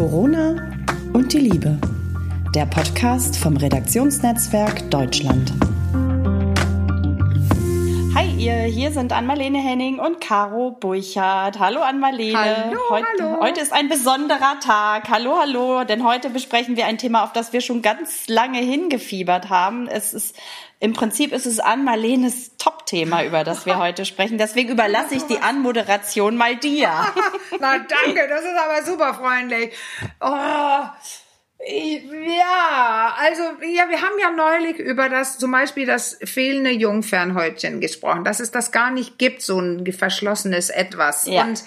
Corona und die Liebe. Der Podcast vom Redaktionsnetzwerk Deutschland. Hi hier sind Ann-Marlene Henning und Caro Burchardt. Hallo Ann-Marlene. Hallo. Heute ist ein besonderer Tag. Hallo, denn heute besprechen wir ein Thema, auf das wir schon ganz lange hingefiebert haben. Im Prinzip ist es Ann-Marlenes Top-Thema, über das wir heute sprechen. Deswegen überlasse ich die Anmoderation mal dir. Na danke, das ist aber super freundlich. Wir haben ja neulich über zum Beispiel das fehlende Jungfernhäutchen gesprochen, dass es das gar nicht gibt, so ein verschlossenes Etwas. Ja. Und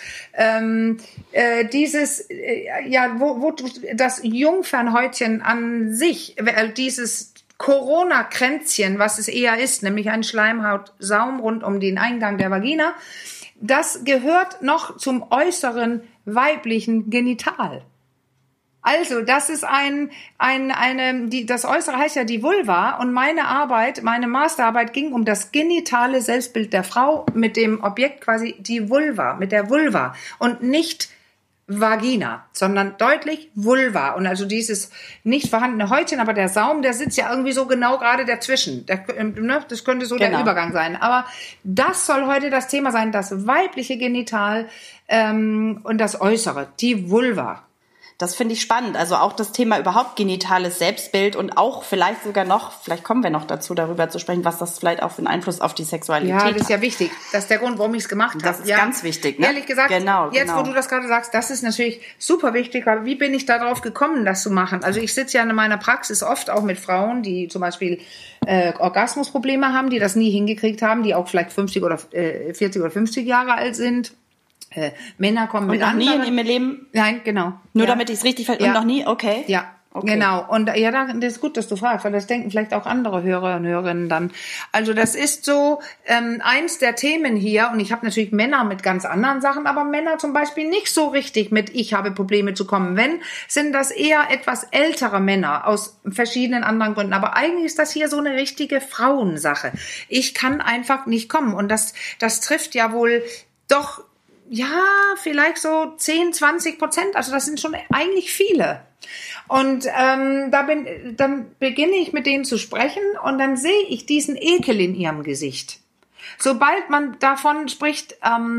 das Jungfernhäutchen an sich, dieses Corona-Kränzchen, was es eher ist, nämlich ein Schleimhautsaum rund um den Eingang der Vagina, das gehört noch zum äußeren weiblichen Genital. Also, das ist das Äußere heißt ja die Vulva, und meine Masterarbeit ging um das genitale Selbstbild der Frau mit dem Objekt quasi die Vulva, mit der Vulva und nicht Vagina, sondern deutlich Vulva. Und also dieses nicht vorhandene Häutchen, aber der Saum, der sitzt ja irgendwie so genau gerade dazwischen. Das könnte so der Übergang sein. Aber das soll heute das Thema sein, das weibliche Genital und das Äußere, die Vulva. Das finde ich spannend. Also auch das Thema überhaupt genitales Selbstbild und auch vielleicht kommen wir noch dazu, darüber zu sprechen, was das vielleicht auch für einen Einfluss auf die Sexualität hat. Ja, das ist ja wichtig. Das ist der Grund, warum ich es gemacht habe. Das ist ganz wichtig, ne? Ehrlich gesagt, wo du das gerade sagst, das ist natürlich super wichtig, weil wie bin ich darauf gekommen, das zu machen? Also ich sitze ja in meiner Praxis oft auch mit Frauen, die zum Beispiel Orgasmusprobleme haben, die das nie hingekriegt haben, die auch vielleicht 50 oder 40 oder 50 Jahre alt sind. Männer kommen und mit noch anderen. Nie in ihrem Leben? Nein, genau. Nur damit ich es richtig verstehe. Und noch nie? Okay. Ja, okay. Genau. Und das ist gut, dass du fragst, weil das denken vielleicht auch andere Hörer und Hörerinnen dann. Also das ist so eins der Themen hier. Und ich habe natürlich Männer mit ganz anderen Sachen, aber Männer zum Beispiel nicht so richtig mit ich habe Probleme zu kommen. Wenn, sind das eher etwas ältere Männer aus verschiedenen anderen Gründen. Aber eigentlich ist das hier so eine richtige Frauensache. Ich kann einfach nicht kommen. Und das trifft ja wohl doch... Ja, vielleicht so 10-20%. Also das sind schon eigentlich viele. Und dann beginne ich mit denen zu sprechen und dann sehe ich diesen Ekel in ihrem Gesicht. Sobald man davon spricht,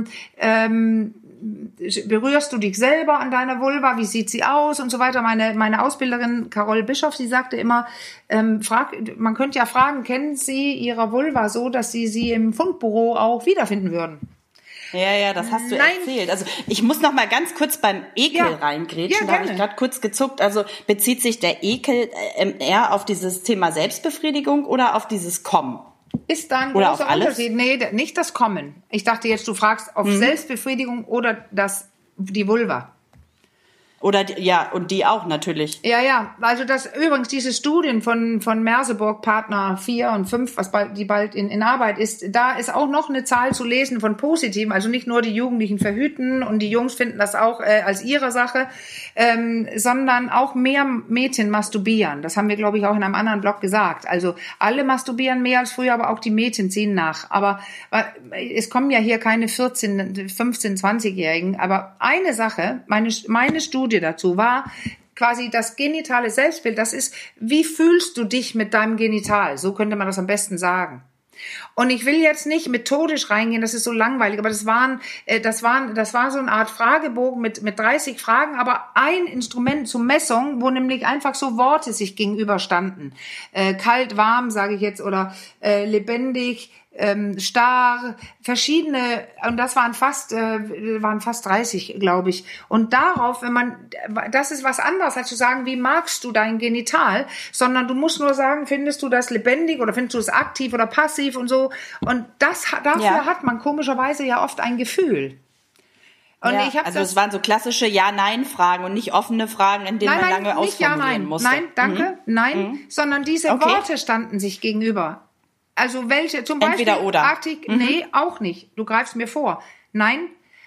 berührst du dich selber an deiner Vulva, wie sieht sie aus und so weiter. Meine Ausbilderin Carol Bischoff, sie sagte immer, man könnte ja fragen, kennen Sie Ihre Vulva so, dass Sie im Fundbüro auch wiederfinden würden? Ja, das hast du erzählt. Also ich muss noch mal ganz kurz beim Ekel reingrätschen. Da habe ich gerade kurz gezuckt. Also bezieht sich der Ekel eher auf dieses Thema Selbstbefriedigung oder auf dieses Kommen? Ist da ein großer Unterschied? Nee, nicht das Kommen. Ich dachte jetzt, du fragst auf Selbstbefriedigung oder die Vulva. Oder und die auch natürlich. Ja. Also übrigens diese Studien von Merseburg, Partner 4 und 5, die bald in Arbeit ist, da ist auch noch eine Zahl zu lesen von Positiven. Also nicht nur die Jugendlichen verhüten und die Jungs finden das auch als ihre Sache, sondern auch mehr Mädchen masturbieren. Das haben wir, glaube ich, auch in einem anderen Blog gesagt. Also alle masturbieren mehr als früher, aber auch die Mädchen ziehen nach. Aber es kommen ja hier keine 14, 15, 20-Jährigen. Aber eine Sache, meine Studie dazu war quasi das genitale Selbstbild. Das ist, wie fühlst du dich mit deinem Genital? So könnte man das am besten sagen. Und ich will jetzt nicht methodisch reingehen, das ist so langweilig, aber das war so eine Art Fragebogen mit 30 Fragen, aber ein Instrument zur Messung, wo nämlich einfach so Worte sich gegenüberstanden. Kalt, warm, sage ich jetzt, oder lebendig, starr, verschiedene, und das waren fast 30, glaube ich. Und darauf, das ist was anderes, als zu sagen, wie magst du dein Genital, sondern du musst nur sagen, findest du das lebendig oder findest du es aktiv oder passiv und so. Und dafür hat man komischerweise ja oft ein Gefühl. Und es waren so klassische Ja-Nein-Fragen und nicht offene Fragen, in denen man lange ausformulieren musste. Nein, danke, nein, sondern diese Worte standen sich gegenüber. Also welche, zum Beispiel entweder oder. Nee, auch nicht. Du greifst mir vor. Nein.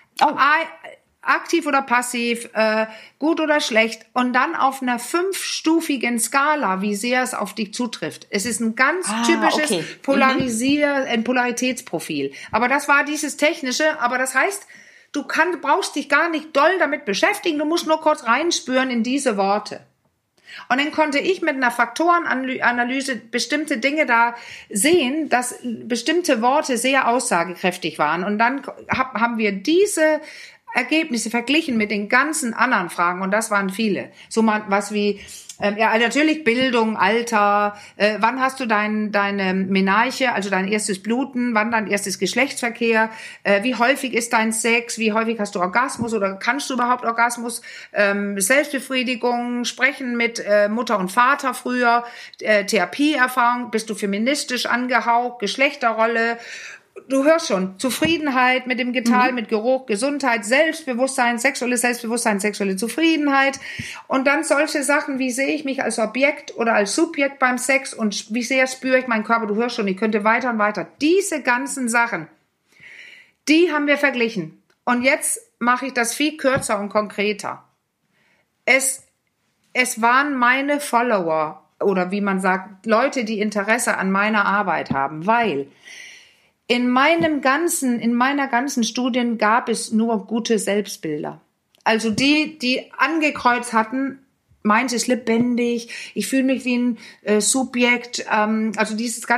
Aktiv oder passiv, gut oder schlecht. Und dann auf einer 5-stufigen Skala, wie sehr es auf dich zutrifft. Es ist ein ganz typisches Polaritätsprofil. Aber das war dieses Technische. Aber das heißt, brauchst dich gar nicht doll damit beschäftigen, du musst nur kurz reinspüren in diese Worte. Und dann konnte ich mit einer Faktorenanalyse bestimmte Dinge da sehen, dass bestimmte Worte sehr aussagekräftig waren. Und dann haben wir diese Ergebnisse verglichen mit den ganzen anderen Fragen. Und das waren viele. So mal was wie, natürlich Bildung, Alter, wann hast du deine Menarche, also dein erstes Bluten, wann dein erstes Geschlechtsverkehr, wie häufig ist dein Sex, wie häufig hast du Orgasmus oder kannst du überhaupt Orgasmus, Selbstbefriedigung, Sprechen mit Mutter und Vater früher, Therapieerfahrung, bist du feministisch angehaucht, Geschlechterrolle. Du hörst schon, Zufriedenheit mit dem Genital, mit Geruch, Gesundheit, Selbstbewusstsein, sexuelles Selbstbewusstsein, sexuelle Zufriedenheit und dann solche Sachen, wie sehe ich mich als Objekt oder als Subjekt beim Sex und wie sehr spüre ich meinen Körper, du hörst schon, ich könnte weiter und weiter. Diese ganzen Sachen, die haben wir verglichen und jetzt mache ich das viel kürzer und konkreter. Es waren meine Follower oder wie man sagt, Leute, die Interesse an meiner Arbeit haben, weil in meiner ganzen Studien gab es nur gute Selbstbilder. Also die angekreuzt hatten, meins ist lebendig, ich fühle mich wie ein Subjekt, also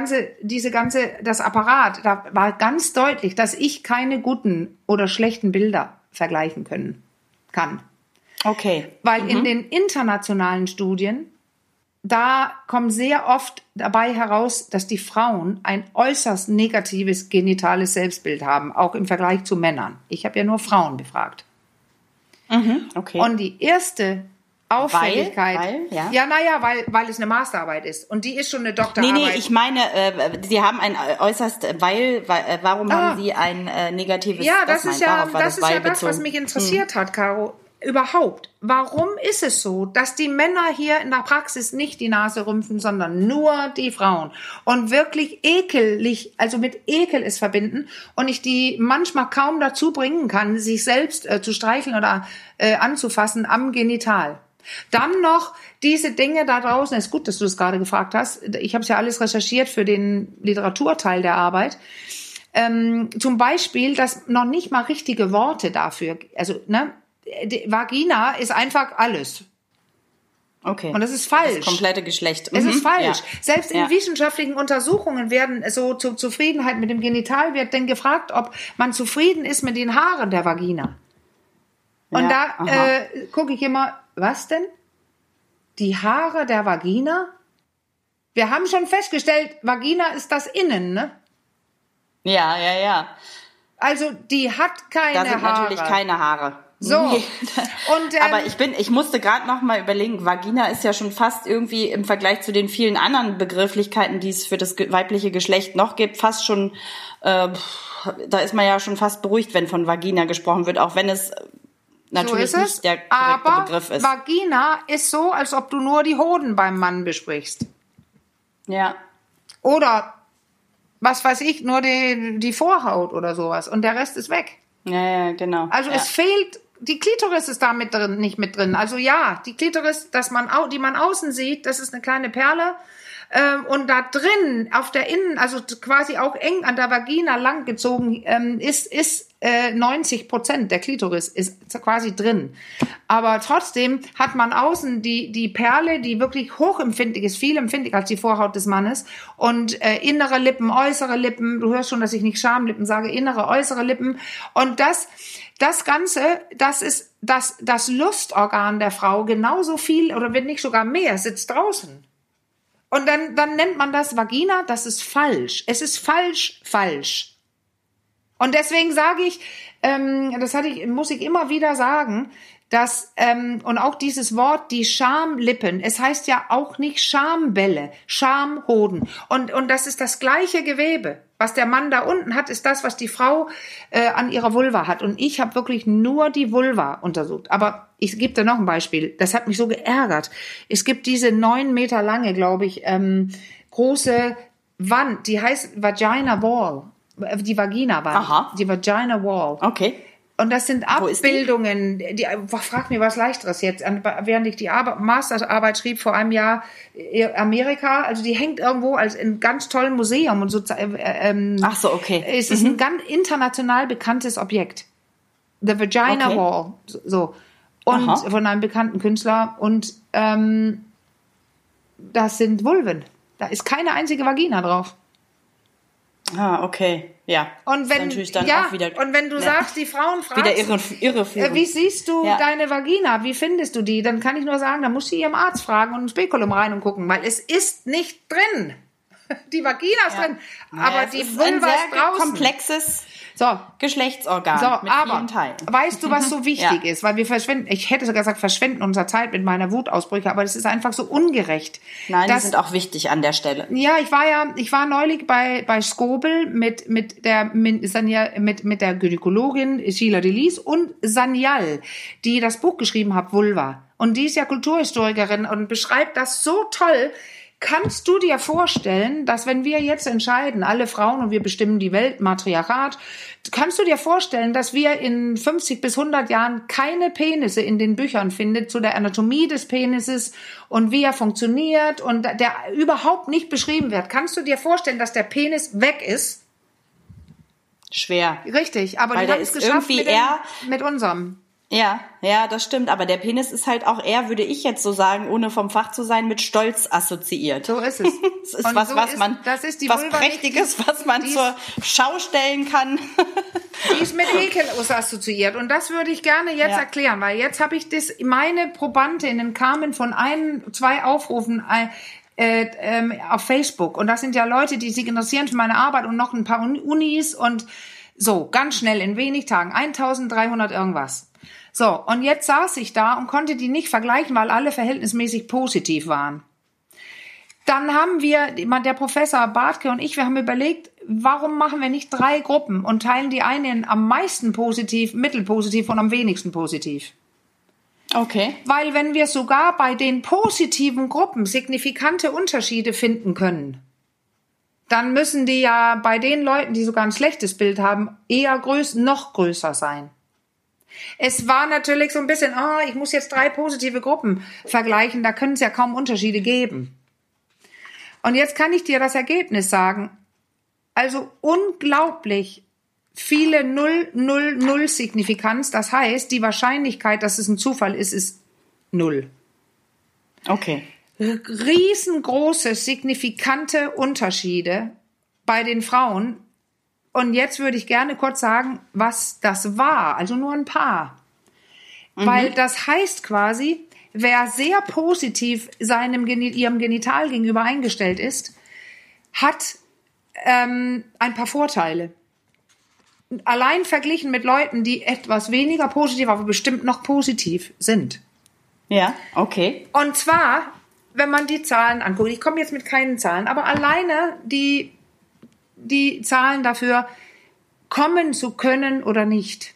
das Apparat, da war ganz deutlich, dass ich keine guten oder schlechten Bilder vergleichen kann. Okay. Weil in den internationalen Studien, da kommt sehr oft dabei heraus, dass die Frauen ein äußerst negatives genitales Selbstbild haben, auch im Vergleich zu Männern. Ich habe ja nur Frauen befragt. Okay. Und die erste Auffälligkeit, weil es eine Masterarbeit ist und die ist schon eine Doktorarbeit. Nee, ich meine, Sie haben ein äußerst, warum haben Sie ein negatives? Ja, das ist ja das, was mich interessiert hat, Caro. Überhaupt, warum ist es so, dass die Männer hier in der Praxis nicht die Nase rümpfen, sondern nur die Frauen und wirklich ekelig, also mit Ekel es verbinden und ich die manchmal kaum dazu bringen kann, sich selbst zu streicheln oder anzufassen am Genital. Dann noch diese Dinge da draußen, ist gut, dass du das gerade gefragt hast, ich habe es ja alles recherchiert für den Literaturteil der Arbeit, zum Beispiel, dass noch nicht mal richtige Worte dafür, also die Vagina ist einfach alles. Okay. Und das ist falsch. Das komplette Geschlecht. Es ist falsch. Ja. Selbst in Ja. wissenschaftlichen Untersuchungen werden so zur Zufriedenheit mit dem Genital wird dann gefragt, ob man zufrieden ist mit den Haaren der Vagina. Und da gucke ich immer, was denn? Die Haare der Vagina? Wir haben schon festgestellt, Vagina ist das Innen, ne? Ja. Also die hat keine Haare. Da sind natürlich keine Haare. So. Nee. Und, aber ich musste gerade noch mal überlegen, Vagina ist ja schon fast irgendwie im Vergleich zu den vielen anderen Begrifflichkeiten, die es für das weibliche Geschlecht noch gibt, fast schon, da ist man ja schon fast beruhigt, wenn von Vagina gesprochen wird, auch wenn es natürlich nicht der korrekte Begriff ist. Vagina ist so, als ob du nur die Hoden beim Mann besprichst. Ja. Oder, was weiß ich, nur die Vorhaut oder sowas und der Rest ist weg. Ja, genau. Also es fehlt, die Klitoris ist da nicht mit drin. Also ja, die Klitoris, die man außen sieht, das ist eine kleine Perle. Und da drin, auf der Innen, also quasi auch eng an der Vagina langgezogen, ist 90% der Klitoris ist quasi drin. Aber trotzdem hat man außen die Perle, die wirklich hochempfindlich ist, viel empfindlicher als die Vorhaut des Mannes. Und innere Lippen, äußere Lippen, du hörst schon, dass ich nicht Schamlippen sage, innere, äußere Lippen. Und das Ganze, das ist das Lustorgan der Frau genauso viel, oder wenn nicht sogar mehr, sitzt draußen. Und dann nennt man das Vagina, das ist falsch. Es ist falsch. Und deswegen sage ich, muss ich immer wieder sagen, dass, und auch dieses Wort, die Schamlippen, es heißt ja auch nicht Schambälle, Schamhoden. Und das ist das gleiche Gewebe. Was der Mann da unten hat, ist das, was die Frau an ihrer Vulva hat. Und ich habe wirklich nur die Vulva untersucht. Aber ich gebe dir noch ein Beispiel. Das hat mich so geärgert. Es gibt diese 9 Meter lange, glaube ich, große Wand, die heißt Vagina Wall. Die Vagina-Wand. Aha. Die Vagina Wall. Okay. Und das sind Abbildungen, frag mir was Leichteres jetzt, während ich die Masterarbeit schrieb vor einem Jahr, Amerika, also die hängt irgendwo als in ganz tollen Museum und so. Ach so, okay. Es ist ein ganz international bekanntes Objekt. The Vagina Okay. Wall, so. Und Aha. von einem bekannten Künstler. Und das sind Vulven. Da ist keine einzige Vagina drauf. Ah, okay. Ja. Und Ist wenn, natürlich dann ja, auch wieder, und wenn du ja, sagst, die Frauen fragen, wieder irreführend. wie siehst du Ja. deine Vagina? Wie findest du die? Dann kann ich nur sagen, da muss sie ihrem Arzt fragen und ein Spekulum rein und gucken, weil es ist nicht drin. Die Vagina ist drin, aber es die ist ein Vulva ist sehr draußen. komplexes So, Geschlechtsorgan so, mit aber vielen Teilen. weißt du, was so wichtig Ja. ist? Weil wir verschwenden, ich hätte sogar gesagt, verschwenden unsere Zeit mit meiner Wutausbrüche, aber das ist einfach so ungerecht. Nein, die dass, sind auch wichtig an der Stelle. ja, ich war neulich bei Skobel mit der Gynäkologin Sheila Delis und Sanyal, die das Buch geschrieben hat, Vulva. Und die ist ja Kulturhistorikerin und beschreibt das so toll. Kannst du dir vorstellen, dass wenn wir jetzt entscheiden, alle Frauen und wir bestimmen die Welt, Matriarchat, kannst du dir vorstellen, dass wir in 50 bis 100 Jahren keine Penisse in den Büchern finden zu der Anatomie des Penises und wie er funktioniert und der überhaupt nicht beschrieben wird? Kannst du dir vorstellen, dass der Penis weg ist? Schwer. Richtig, aber Weil die der haben es ist geschafft irgendwie eher- mit unserem. Ja, das stimmt. Aber der Penis ist halt auch eher, würde ich jetzt so sagen, ohne vom Fach zu sein, mit Stolz assoziiert. So ist es. Es ist Und was, so was ist- man, das ist die was Vulva nicht, Prächtiges, was man die ist- zur Schau stellen kann. Die ist mit Ekel assoziiert. Und das würde ich gerne jetzt erklären, weil jetzt habe ich meine Probandinnen kamen von 2 Aufrufen auf Facebook. Und das sind ja Leute, die sich interessieren für meine Arbeit und noch ein paar Unis und so, ganz schnell in wenig Tagen, 1300 irgendwas. So, und jetzt saß ich da und konnte die nicht vergleichen, weil alle verhältnismäßig positiv waren. Dann haben wir, der Professor Bartke und ich, wir haben überlegt, warum machen wir nicht 3 Gruppen und teilen die eine in am meisten positiv, mittelpositiv und am wenigsten positiv. Okay. Weil wenn wir sogar bei den positiven Gruppen signifikante Unterschiede finden können, dann müssen die ja bei den Leuten, die sogar ein schlechtes Bild haben, eher noch größer sein. Es war natürlich so ein bisschen, ich muss jetzt 3 positive Gruppen vergleichen, da können es ja kaum Unterschiede geben. Und jetzt kann ich dir das Ergebnis sagen. Also unglaublich viele 0, Signifikanz. Das heißt, die Wahrscheinlichkeit, dass es ein Zufall ist 0. Okay. Riesengroße, signifikante Unterschiede bei den Frauen. Und jetzt würde ich gerne kurz sagen, was das war. Also nur ein paar. Weil das heißt quasi, wer sehr positiv ihrem Genital gegenüber eingestellt ist, hat ein paar Vorteile. Allein verglichen mit Leuten, die etwas weniger positiv, aber bestimmt noch positiv sind. Ja, okay. Und zwar, wenn man die Zahlen anguckt, ich komme jetzt mit keinen Zahlen, aber alleine die Zahlen dafür, kommen zu können oder nicht.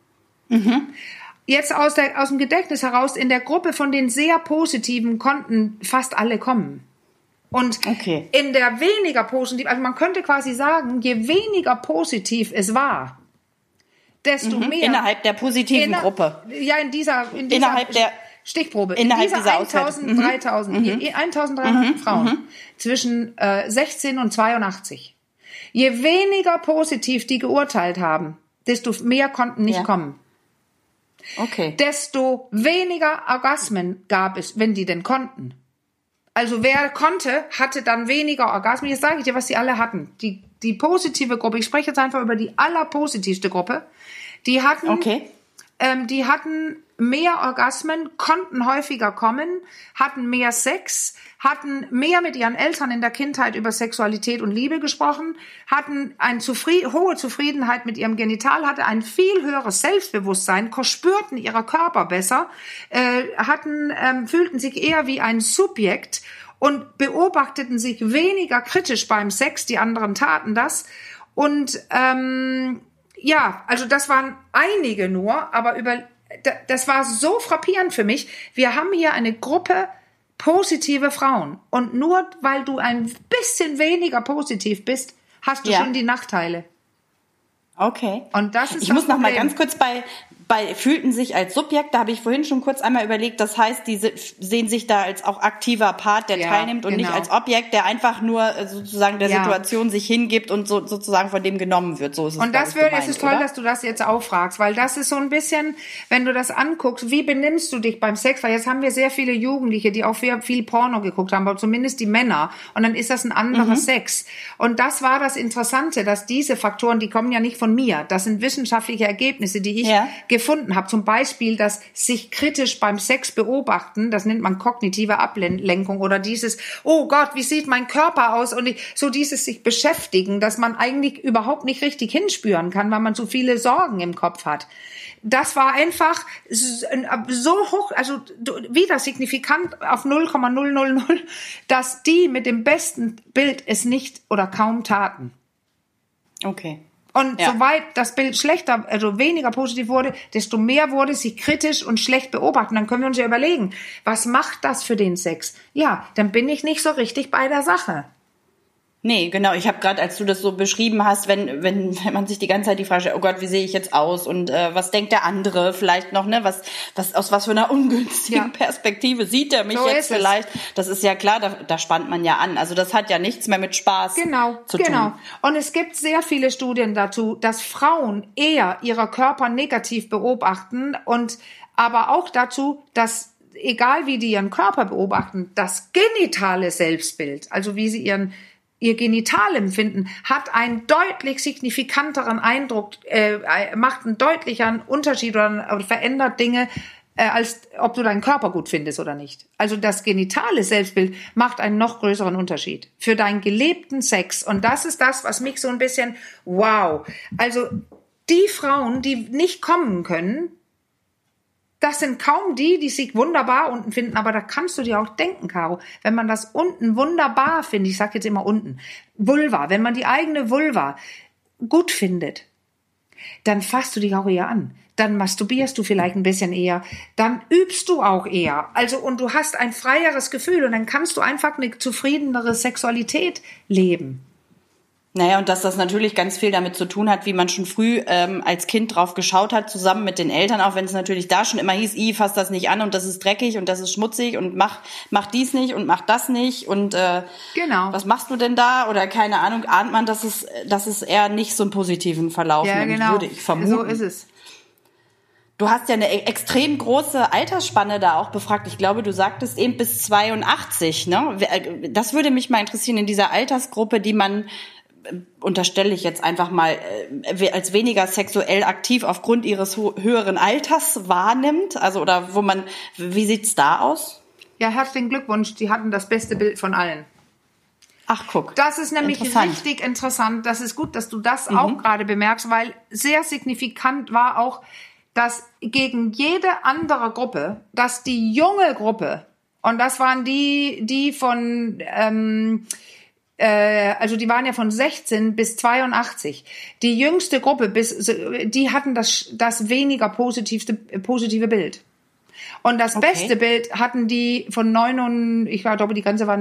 Jetzt aus dem Gedächtnis heraus, in der Gruppe von den sehr Positiven konnten fast alle kommen. Und in der weniger positiv, also man könnte quasi sagen, je weniger positiv es war, desto mehr. Innerhalb der positiven Gruppe. Ja, in dieser innerhalb der Stichprobe. Innerhalb dieser dieser Auswertung. 1300 Frauen zwischen 16 und 82. Je weniger positiv die geurteilt haben, desto mehr konnten nicht kommen. Okay. Desto weniger Orgasmen gab es, wenn die denn konnten. Also wer konnte, hatte dann weniger Orgasmen. Jetzt sage ich dir, was sie alle hatten. Die positive Gruppe, ich spreche jetzt einfach über die allerpositivste Gruppe, die hatten mehr Orgasmen, konnten häufiger kommen, hatten mehr Sex, hatten mehr mit ihren Eltern in der Kindheit über Sexualität und Liebe gesprochen, hatten eine hohe Zufriedenheit mit ihrem Genital, hatten ein viel höheres Selbstbewusstsein, spürten ihre Körper besser, fühlten sich eher wie ein Subjekt und beobachteten sich weniger kritisch beim Sex, die anderen taten das. Und also das waren einige nur, aber das war so frappierend für mich. Wir haben hier eine Gruppe positive Frauen. Und nur weil du ein bisschen weniger positiv bist, hast du schon die Nachteile. Okay. Und das ist ich muss noch mal ganz kurz fühlten sich als Subjekt, da habe ich vorhin schon kurz einmal überlegt, das heißt, die sehen sich da als auch aktiver Part, der teilnimmt und nicht als Objekt, der einfach nur sozusagen der Situation sich hingibt und sozusagen von dem genommen wird. So ist es. Und es ist toll, dass du das jetzt auch fragst, weil das ist so ein bisschen, wenn du das anguckst, wie benimmst du dich beim Sex? Weil jetzt haben wir sehr viele Jugendliche, die auch viel Porno geguckt haben, aber zumindest die Männer. Und dann ist das ein anderer Sex. Und das war das Interessante, dass diese Faktoren, die kommen ja nicht von mir. Das sind wissenschaftliche Ergebnisse, die ich gefunden habe. Zum Beispiel, dass sich kritisch beim Sex beobachten, das nennt man kognitive Ablenkung oder dieses, oh Gott, wie sieht mein Körper aus? Und so dieses sich beschäftigen, dass man eigentlich überhaupt nicht richtig hinspüren kann, weil man so viele Sorgen im Kopf hat. Das war einfach so hoch, also wieder signifikant auf 0,000, dass die mit dem besten Bild es nicht oder kaum taten. Okay. Und soweit das Bild schlechter, also weniger positiv wurde, desto mehr wurde sie kritisch und schlecht beobachten. Dann können wir uns ja überlegen, was macht das für den Sex? Ja, dann bin ich nicht so richtig bei der Sache. Nee, genau. Ich habe gerade, als du das so beschrieben hast, wenn man sich die ganze Zeit die Frage stellt, oh Gott, wie sehe ich jetzt aus und was denkt der andere vielleicht noch, ne? Was aus was für einer ungünstigen Perspektive sieht er mich so jetzt vielleicht? Das ist ja klar, da spannt man ja an. Also das hat ja nichts mehr mit Spaß zu tun. Genau. Und es gibt sehr viele Studien dazu, dass Frauen eher ihrer Körper negativ beobachten und aber auch dazu, dass egal wie die ihren Körper beobachten, das genitale Selbstbild, also wie sie ihr Genitalempfinden hat einen deutlich signifikanteren Eindruck, macht einen deutlicheren Unterschied oder verändert Dinge, als ob du deinen Körper gut findest oder nicht. Also das genitale Selbstbild macht einen noch größeren Unterschied für deinen gelebten Sex. Und das ist das, was mich so ein bisschen, wow. Also die Frauen, die nicht kommen können, das sind kaum die sich wunderbar unten finden, aber da kannst du dir auch denken, Caro, wenn man das unten wunderbar findet, ich sag jetzt immer unten, Vulva, wenn man die eigene Vulva gut findet, dann fasst du dich auch eher an. Dann masturbierst du vielleicht ein bisschen eher, dann übst du auch eher. Also, und du hast ein freieres Gefühl und dann kannst du einfach eine zufriedenere Sexualität leben. Naja, und dass das natürlich ganz viel damit zu tun hat, wie man schon früh als Kind drauf geschaut hat, zusammen mit den Eltern, auch wenn es natürlich da schon immer hieß, fass das nicht an und das ist dreckig und das ist schmutzig und mach dies nicht und mach das nicht und was machst du denn da? Oder keine Ahnung, ahnt man, dass es eher nicht so einen positiven Verlauf nimmt, würde ich vermuten. So ist es. Du hast ja eine extrem große Altersspanne da auch befragt. Ich glaube, du sagtest eben bis 82, ne? Das würde mich mal interessieren in dieser Altersgruppe, die man unterstelle ich jetzt einfach mal, als weniger sexuell aktiv aufgrund ihres höheren Alters wahrnimmt? Also, oder wie sieht's da aus? Ja, herzlichen Glückwunsch, die hatten das beste Bild von allen. Ach, guck. Das ist nämlich richtig interessant. Das ist gut, dass du das auch gerade bemerkst, weil sehr signifikant war auch, dass gegen jede andere Gruppe, dass die junge Gruppe, und das waren die von, also die waren ja von 16 bis 82. Die jüngste Gruppe, die hatten das weniger positive Bild. Und das beste Bild hatten die von ich glaube, die Grenze war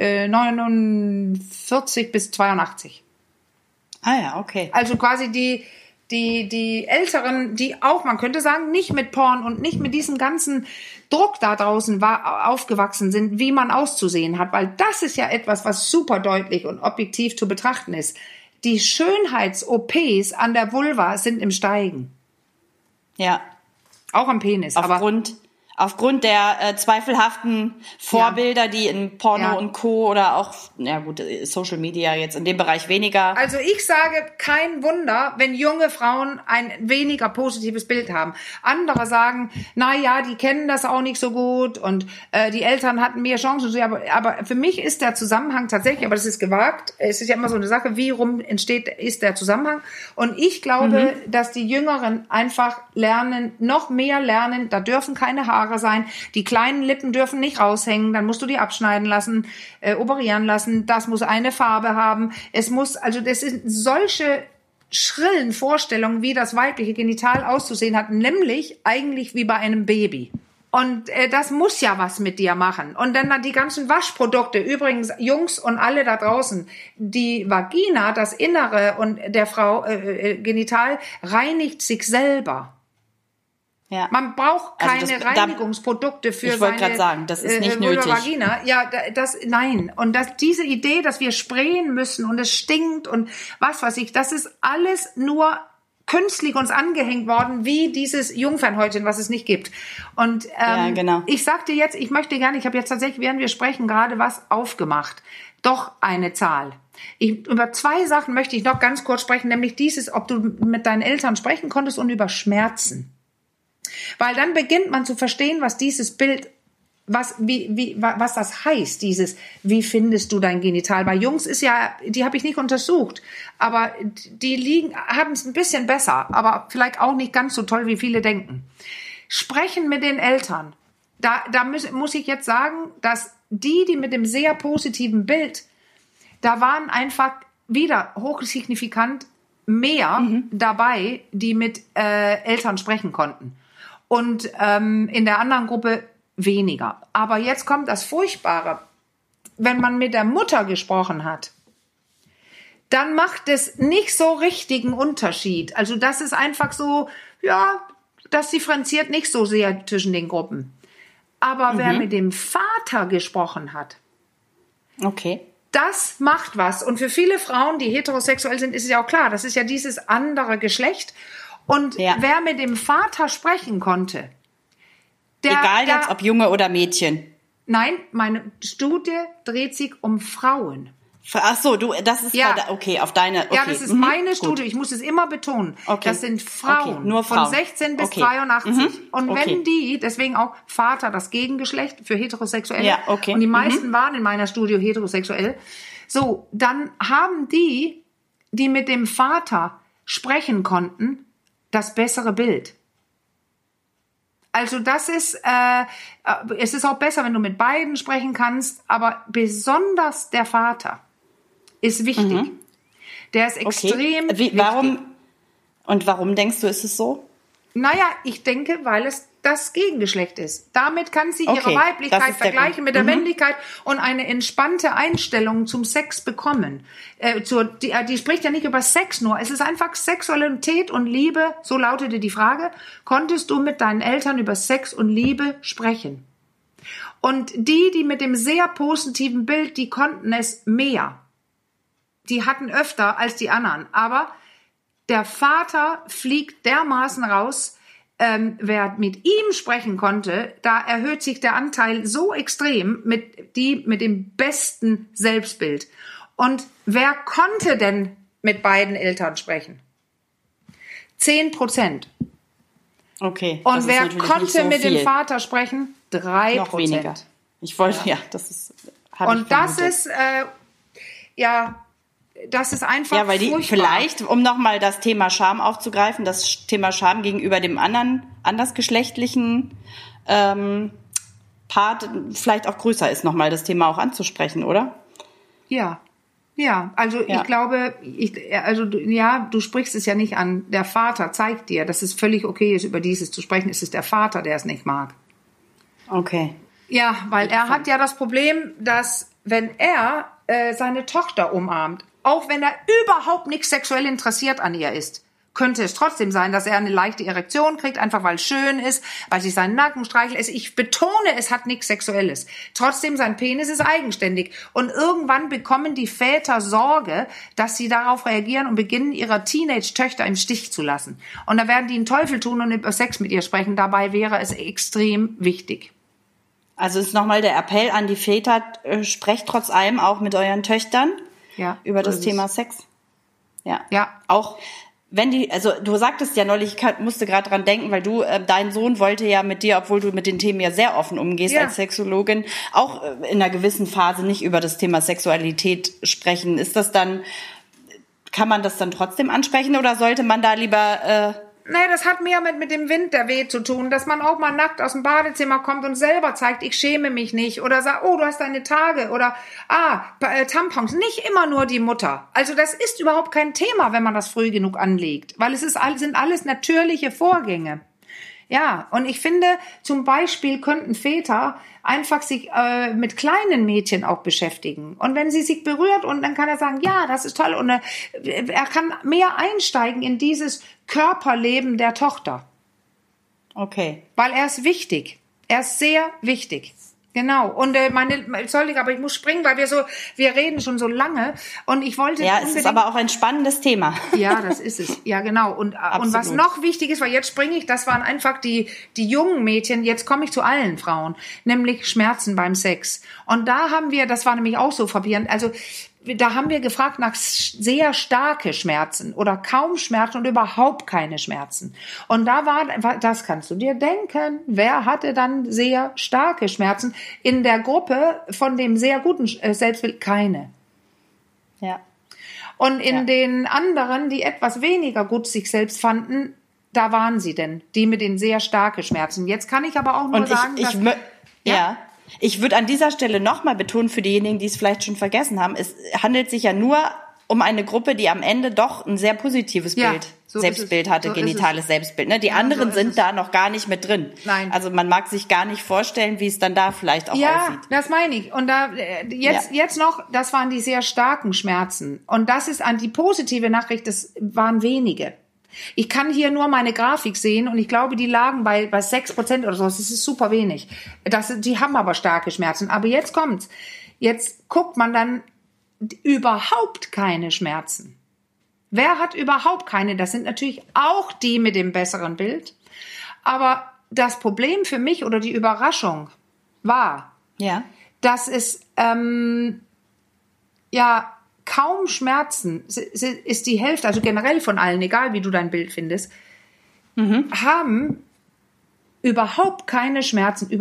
49 bis 82. Ah ja, okay. Also quasi die Älteren, die auch, man könnte sagen, nicht mit Porn und nicht mit diesem ganzen Druck da draußen aufgewachsen sind, wie man auszusehen hat, weil das ist ja etwas, was super deutlich und objektiv zu betrachten ist. Die Schönheits-OPs an der Vulva sind im Steigen. Ja. Auch am Penis. Aufgrund der zweifelhaften Vorbilder, die in Porno und Co. oder auch, Social Media jetzt in dem Bereich weniger. Also ich sage, kein Wunder, wenn junge Frauen ein weniger positives Bild haben. Andere sagen, die kennen das auch nicht so gut und die Eltern hatten mehr Chancen. Aber für mich ist der Zusammenhang tatsächlich, aber das ist gewagt, es ist ja immer so eine Sache, wie rum ist der Zusammenhang. Und ich glaube, dass die Jüngeren einfach noch mehr lernen, da dürfen keine Haare sein. Die kleinen Lippen dürfen nicht raushängen, dann musst du die abschneiden lassen, operieren lassen. Das muss eine Farbe haben. Das sind solche schrillen Vorstellungen, wie das weibliche Genital auszusehen hat, nämlich eigentlich wie bei einem Baby. Und das muss ja was mit dir machen. Und dann die ganzen Waschprodukte. Übrigens, Jungs und alle da draußen, die Vagina, das Innere und der Frau Genital reinigt sich selber. Ja. Man braucht keine Reinigungsprodukte für ich wollte gerade sagen, das ist nicht nötig. Vagina. Ja, nein. Und diese Idee, dass wir sprayen müssen und es stinkt und was weiß ich, das ist alles nur künstlich uns angehängt worden, wie dieses Jungfernhäutchen, was es nicht gibt. Und genau. Ich sagte jetzt, ich habe jetzt tatsächlich, während wir sprechen, gerade was aufgemacht. Doch eine Zahl. Über 2 Sachen möchte ich noch ganz kurz sprechen, nämlich dieses, ob du mit deinen Eltern sprechen konntest und über Schmerzen. Weil dann beginnt man zu verstehen, was dieses Bild, was das heißt, wie findest du dein Genital? Bei Jungs die habe ich nicht untersucht, aber die haben es ein bisschen besser, aber vielleicht auch nicht ganz so toll, wie viele denken. Sprechen mit den Eltern. Da muss ich jetzt sagen, dass die mit dem sehr positiven Bild, da waren einfach wieder hochsignifikant mehr dabei, die mit Eltern sprechen konnten. Und in der anderen Gruppe weniger. Aber jetzt kommt das Furchtbare. Wenn man mit der Mutter gesprochen hat, dann macht es nicht so richtigen Unterschied. Also das ist einfach so, ja, das differenziert nicht so sehr zwischen den Gruppen. Aber wer mit dem Vater gesprochen hat, okay, das macht was. Und für viele Frauen, die heterosexuell sind, ist es ja auch klar, das ist ja dieses andere Geschlecht. Und wer mit dem Vater sprechen konnte, egal jetzt, ob Junge oder Mädchen. Nein, meine Studie dreht sich um Frauen. Ach so, das ist okay, auf deine. Okay. Ja, das ist meine Studie. Ich muss es immer betonen. Okay. Das sind Frauen, nur Frauen. Von 16 bis 83. Und wenn deswegen auch Vater, das Gegengeschlecht für Heterosexuelle. Ja, okay. Und die meisten waren in meiner Studie heterosexuell. So, dann haben die mit dem Vater sprechen konnten, das bessere Bild. Also das ist, es ist auch besser, wenn du mit beiden sprechen kannst, aber besonders der Vater ist wichtig. Der ist extrem wichtig. Warum denkst du, ist es so? Naja, ich denke, weil es das Gegengeschlecht ist. Damit kann sie ihre Weiblichkeit vergleichen mit der Männlichkeit und eine entspannte Einstellung zum Sex bekommen. Die spricht ja nicht über Sex nur. Es ist einfach Sexualität und Liebe. So lautete die Frage. Konntest du mit deinen Eltern über Sex und Liebe sprechen? Und die mit dem sehr positiven Bild, die konnten es mehr. Die hatten öfter als die anderen. Aber der Vater fliegt dermaßen raus. Wer mit ihm sprechen konnte, da erhöht sich der Anteil so extrem mit dem besten Selbstbild. Und wer konnte denn mit beiden Eltern sprechen? 10%. Okay. Und wer konnte mit dem Vater sprechen? 3%. Noch weniger. Ich wollte, das ist. Und das ist, das ist einfach weil furchtbar. Vielleicht, um nochmal das Thema Scham aufzugreifen, das Thema Scham gegenüber dem andersgeschlechtlichen Part vielleicht auch größer ist, nochmal das Thema auch anzusprechen, oder? Ja, also ich glaube, du sprichst es ja nicht an. Der Vater zeigt dir, dass es völlig okay ist, über dieses zu sprechen. Es ist der Vater, der es nicht mag. Okay. Ja, weil er hat ja das Problem, dass wenn er seine Tochter umarmt, auch wenn er überhaupt nicht sexuell interessiert an ihr ist, könnte es trotzdem sein, dass er eine leichte Erektion kriegt, einfach weil es schön ist, weil sich seinen Nacken streichelt. Ich betone, es hat nichts Sexuelles. Trotzdem, sein Penis ist eigenständig. Und irgendwann bekommen die Väter Sorge, dass sie darauf reagieren und beginnen, ihre Teenage-Töchter im Stich zu lassen. Und da werden die einen Teufel tun und über Sex mit ihr sprechen. Dabei wäre es extrem wichtig. Also ist nochmal der Appell an die Väter, sprecht trotz allem auch mit euren Töchtern über das Thema Sex. Ja. Auch wenn du sagtest ja neulich, ich musste gerade dran denken, weil dein Sohn wollte ja mit dir, obwohl du mit den Themen ja sehr offen umgehst als Sexologin, auch in einer gewissen Phase nicht über das Thema Sexualität sprechen. Kann man das dann trotzdem ansprechen oder sollte man da lieber Nee, das hat mehr mit dem Wind der Weh zu tun, dass man auch mal nackt aus dem Badezimmer kommt und selber zeigt, ich schäme mich nicht oder sagt, oh, du hast deine Tage oder Tampons. Nicht immer nur die Mutter. Also das ist überhaupt kein Thema, wenn man das früh genug anlegt, weil sind alles natürliche Vorgänge. Ja, und ich finde, zum Beispiel könnten Väter einfach sich mit kleinen Mädchen auch beschäftigen. Und wenn sie sich berührt, und dann kann er sagen, ja, das ist toll. Und er kann mehr einsteigen in dieses Körperleben der Tochter. Okay. Weil er ist wichtig. Er ist sehr wichtig. Genau. Und Entschuldigung, aber ich muss springen, weil wir reden schon so lange. Und ich wollte es ist aber auch ein spannendes Thema. Ja, das ist es. Ja, genau. Und was noch wichtig ist, weil jetzt springe ich, das waren einfach die jungen Mädchen, jetzt komme ich zu allen Frauen, nämlich Schmerzen beim Sex. Und da haben wir, das war nämlich auch so frappierend, also da haben wir gefragt nach sehr starke Schmerzen oder kaum Schmerzen und überhaupt keine Schmerzen. Und da das kannst du dir denken, wer hatte dann sehr starke Schmerzen? In der Gruppe von dem sehr guten Selbstbild keine. Ja. Und in den anderen, die etwas weniger gut sich selbst fanden, da waren sie denn, die mit den sehr starken Schmerzen. Jetzt kann ich aber auch nur sagen, ich würde an dieser Stelle nochmal betonen, für diejenigen, die es vielleicht schon vergessen haben, es handelt sich ja nur um eine Gruppe, die am Ende doch ein sehr positives Selbstbild hatte, genitales Selbstbild. Ne? Die anderen sind da noch gar nicht mit drin. Nein. Also man mag sich gar nicht vorstellen, wie es dann da vielleicht auch aussieht. Ja, das meine ich. Und da jetzt noch, das waren die sehr starken Schmerzen. Und das ist die positive Nachricht, das waren wenige. Ich kann hier nur meine Grafik sehen und ich glaube, die lagen bei 6% oder so. Das ist super wenig. Die haben aber starke Schmerzen. Aber jetzt kommt's. Jetzt guckt man dann überhaupt keine Schmerzen. Wer hat überhaupt keine? Das sind natürlich auch die mit dem besseren Bild. Aber das Problem für mich oder die Überraschung war, dass es kaum Schmerzen ist die Hälfte, also generell von allen, egal wie du dein Bild findest, haben überhaupt keine Schmerzen,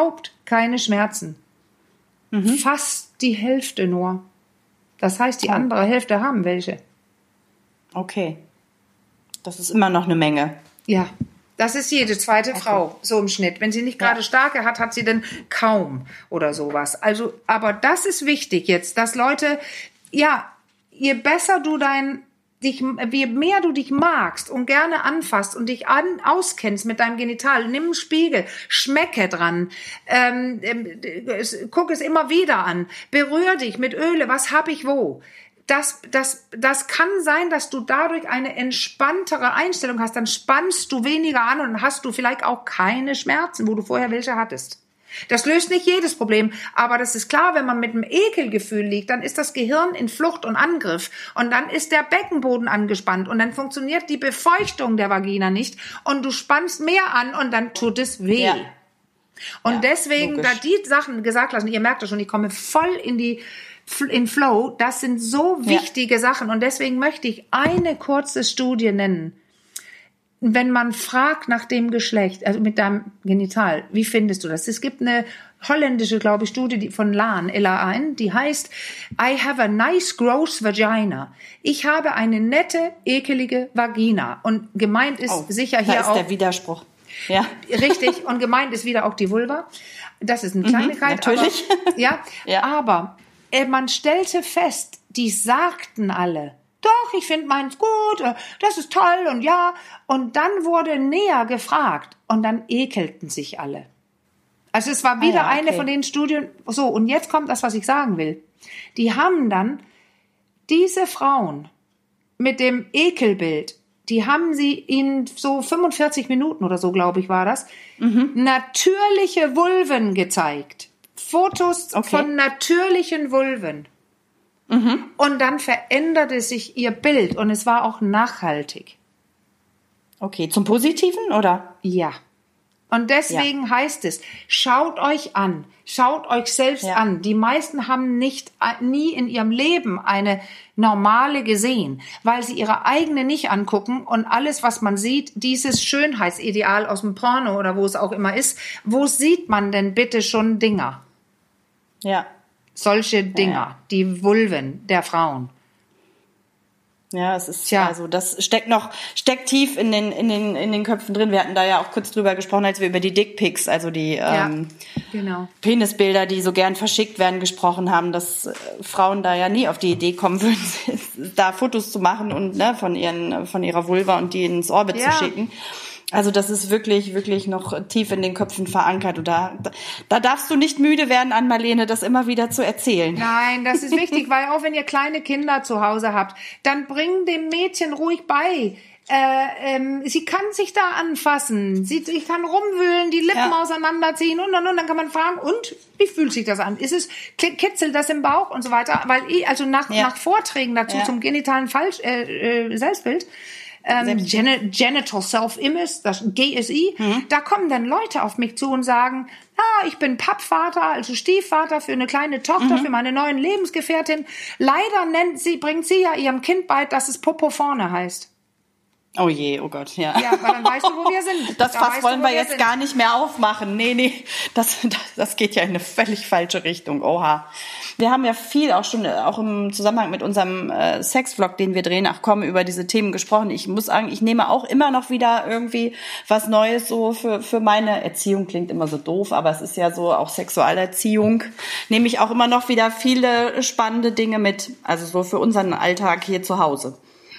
Fast die Hälfte nur. Das heißt, die andere Hälfte haben welche. Okay. Das ist immer noch eine Menge. Ja. Das ist jede zweite Frau, so im Schnitt. Wenn sie nicht gerade starke hat sie dann kaum oder sowas. Also, aber das ist wichtig jetzt, dass Leute, je besser je mehr du dich magst und gerne anfasst und dich auskennst mit deinem Genital, nimm einen Spiegel, schmecke dran, guck es immer wieder an, berühr dich mit Öle, was habe ich wo? Das kann sein, dass du dadurch eine entspanntere Einstellung hast, dann spannst du weniger an und hast du vielleicht auch keine Schmerzen, wo du vorher welche hattest. Das löst nicht jedes Problem, aber das ist klar, wenn man mit einem Ekelgefühl liegt, dann ist das Gehirn in Flucht und Angriff und dann ist der Beckenboden angespannt und dann funktioniert die Befeuchtung der Vagina nicht und du spannst mehr an und dann tut es weh. Ja. Und deswegen, da die Sachen gesagt lassen, ihr merkt das schon, ich komme voll in Flow, das sind so wichtige Sachen und deswegen möchte ich eine kurze Studie nennen. Wenn man fragt nach dem Geschlecht, also mit deinem Genital, wie findest du das? Es gibt eine holländische, glaube ich, Studie von Laan, die heißt I have a nice gross vagina. Ich habe eine nette, ekelige Vagina. Und gemeint ist sicher hier auch... Da ist der Widerspruch. Ja. Richtig, und gemeint ist wieder auch die Vulva. Das ist eine Kleinigkeit. Natürlich. Aber, aber man stellte fest, die sagten alle, doch, ich finde meins gut, das ist toll und ja. Und dann wurde näher gefragt und dann ekelten sich alle. Also es war wieder eine von den Studien. So, und jetzt kommt das, was ich sagen will. Die haben dann diese Frauen mit dem Ekelbild, die haben sie in so 45 Minuten oder so, glaube ich, war das, natürliche Vulven gezeigt. Fotos von natürlichen Vulven. Und dann veränderte sich ihr Bild und es war auch nachhaltig. Okay, zum Positiven, oder? Ja. Und deswegen heißt es, schaut euch an, schaut euch selbst an. Die meisten haben nie in ihrem Leben eine normale gesehen, weil sie ihre eigene nicht angucken und alles, was man sieht, dieses Schönheitsideal aus dem Porno oder wo es auch immer ist, wo sieht man denn bitte schon Dinger? Ja. Solche Dinger, die Vulven der Frauen. Ja, es ist also das steckt tief in den Köpfen drin. Wir hatten da ja auch kurz drüber gesprochen, als wir über die Dickpics, also die Penisbilder, die so gern verschickt werden, gesprochen haben, dass Frauen da ja nie auf die Idee kommen würden, da Fotos zu machen und von ihrer Vulva und die ins Orbit zu schicken. Also das ist wirklich, wirklich noch tief in den Köpfen verankert. Und da darfst du nicht müde werden, Ann-Marlene, das immer wieder zu erzählen. Nein, das ist wichtig, weil auch wenn ihr kleine Kinder zu Hause habt, dann bring dem Mädchen ruhig bei. Sie kann sich da anfassen. Ich kann rumwühlen, die Lippen auseinanderziehen und dann kann man fragen, und wie fühlt sich das an? Kitzelt das im Bauch und so weiter? Weil nach Vorträgen dazu zum genitalen Selbstbild, Genital Self-Image, das GSI, da kommen dann Leute auf mich zu und sagen, ich bin Pappvater, also Stiefvater für eine kleine Tochter, für meine neuen Lebensgefährtin. Leider bringt sie ja ihrem Kind bei, dass es Popo vorne heißt. Oh je, oh Gott, ja. Ja, aber dann weißt du, wo wir sind. Das Fass wollen wir jetzt gar nicht mehr aufmachen. Nee, das geht ja in eine völlig falsche Richtung. Oha. Wir haben ja viel auch im Zusammenhang mit unserem Sexvlog, den wir drehen, über diese Themen gesprochen. Ich muss sagen, ich nehme auch immer noch wieder irgendwie was Neues so für meine Erziehung. Klingt immer so doof, aber es ist ja so auch Sexualerziehung. Nehme ich auch immer noch wieder viele spannende Dinge mit. Also so für unseren Alltag hier zu Hause.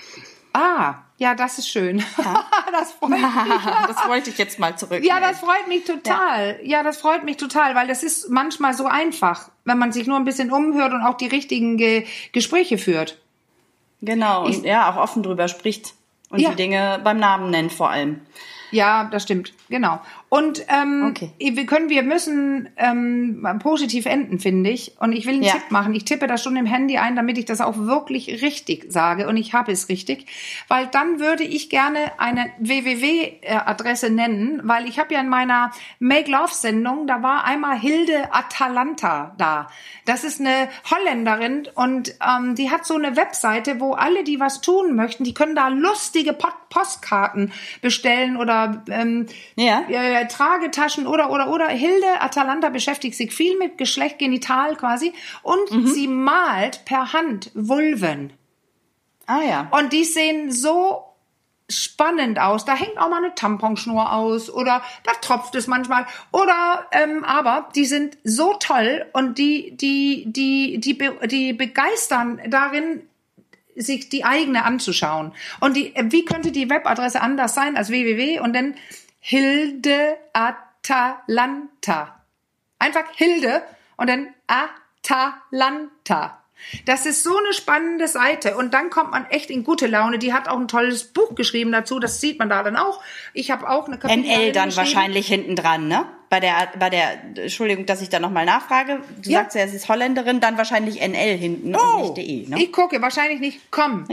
Ja, das ist schön. Ja. Das freut mich. Das wollte ich jetzt mal zurück. Ja, das freut mich total. Ja, das freut mich total, weil das ist manchmal so einfach, wenn man sich nur ein bisschen umhört und auch die richtigen Gespräche führt. Genau, und auch offen drüber spricht und die Dinge beim Namen nennt vor allem. Ja, das stimmt, genau. Und wir müssen positiv enden, finde ich. Und ich will einen Tipp machen. Ich tippe das schon im Handy ein, damit ich das auch wirklich richtig sage. Und ich habe es richtig. Weil dann würde ich gerne eine www-Adresse nennen. Weil ich habe ja in meiner Make-Love-Sendung, da war einmal Hilde Atalanta da. Das ist eine Holländerin und die hat so eine Webseite, wo alle, die was tun möchten, die können da lustige Postkarten bestellen oder Tragetaschen oder. Hilde Atalanta beschäftigt sich viel mit Geschlecht, genital quasi. Und sie malt per Hand Vulven. Und die sehen so spannend aus. Da hängt auch mal eine Tamponschnur aus oder da tropft es manchmal. Oder, aber die sind so toll und die begeistern darin, sich die eigene anzuschauen. Und wie könnte die Webadresse anders sein als www und dann Hilde Atalanta. Einfach Hilde und dann Atalanta. Das ist so eine spannende Seite und dann kommt man echt in gute Laune. Die hat auch ein tolles Buch geschrieben dazu, das sieht man da dann auch. Ich habe auch eine NL dann wahrscheinlich hinten dran, ne? Bei der, Entschuldigung, dass ich da nochmal nachfrage. Du sagst ja, es ist Holländerin, dann wahrscheinlich NL hinten und nicht DE, ne? Ich gucke, wahrscheinlich nicht com.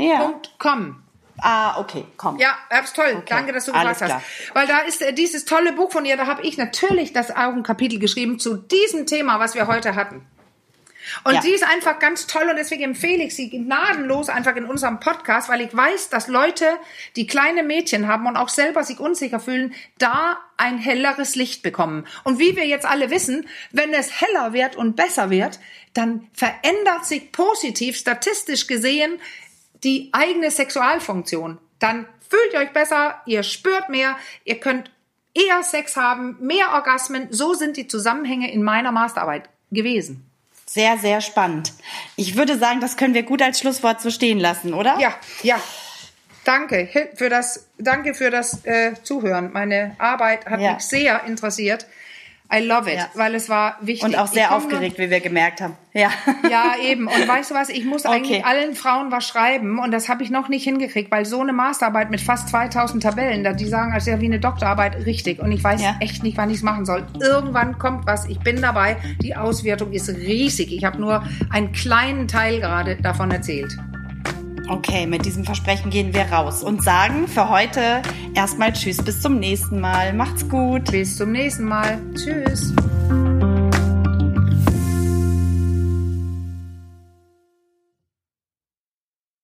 Okay, komm. Ja, das ist toll. Okay. Danke, dass du gefragt hast. Weil da ist dieses tolle Buch von ihr, da habe ich natürlich auch ein Kapitel geschrieben zu diesem Thema, was wir heute hatten. Und die ist einfach ganz toll und deswegen empfehle ich sie gnadenlos einfach in unserem Podcast, weil ich weiß, dass Leute, die kleine Mädchen haben und auch selber sich unsicher fühlen, da ein helleres Licht bekommen. Und wie wir jetzt alle wissen, wenn es heller wird und besser wird, dann verändert sich positiv, statistisch gesehen, die eigene Sexualfunktion. Dann fühlt ihr euch besser, ihr spürt mehr, ihr könnt eher Sex haben, mehr Orgasmen. So sind die Zusammenhänge in meiner Masterarbeit gewesen. Sehr, sehr spannend. Ich würde sagen, das können wir gut als Schlusswort so stehen lassen, oder? Ja. Danke für das Zuhören. Meine Arbeit hat mich sehr interessiert. I love it, weil es war wichtig. Und auch sehr aufgeregt, wie wir gemerkt haben. Ja, eben. Und weißt du was, ich muss eigentlich allen Frauen was schreiben und das habe ich noch nicht hingekriegt, weil so eine Masterarbeit mit fast 2000 Tabellen, die sagen, als ja wie eine Doktorarbeit, richtig. Und ich weiß echt nicht, wann ich es machen soll. Irgendwann kommt was, ich bin dabei. Die Auswertung ist riesig. Ich habe nur einen kleinen Teil gerade davon erzählt. Okay, mit diesem Versprechen gehen wir raus und sagen für heute erstmal Tschüss, bis zum nächsten Mal. Macht's gut. Bis zum nächsten Mal. Tschüss.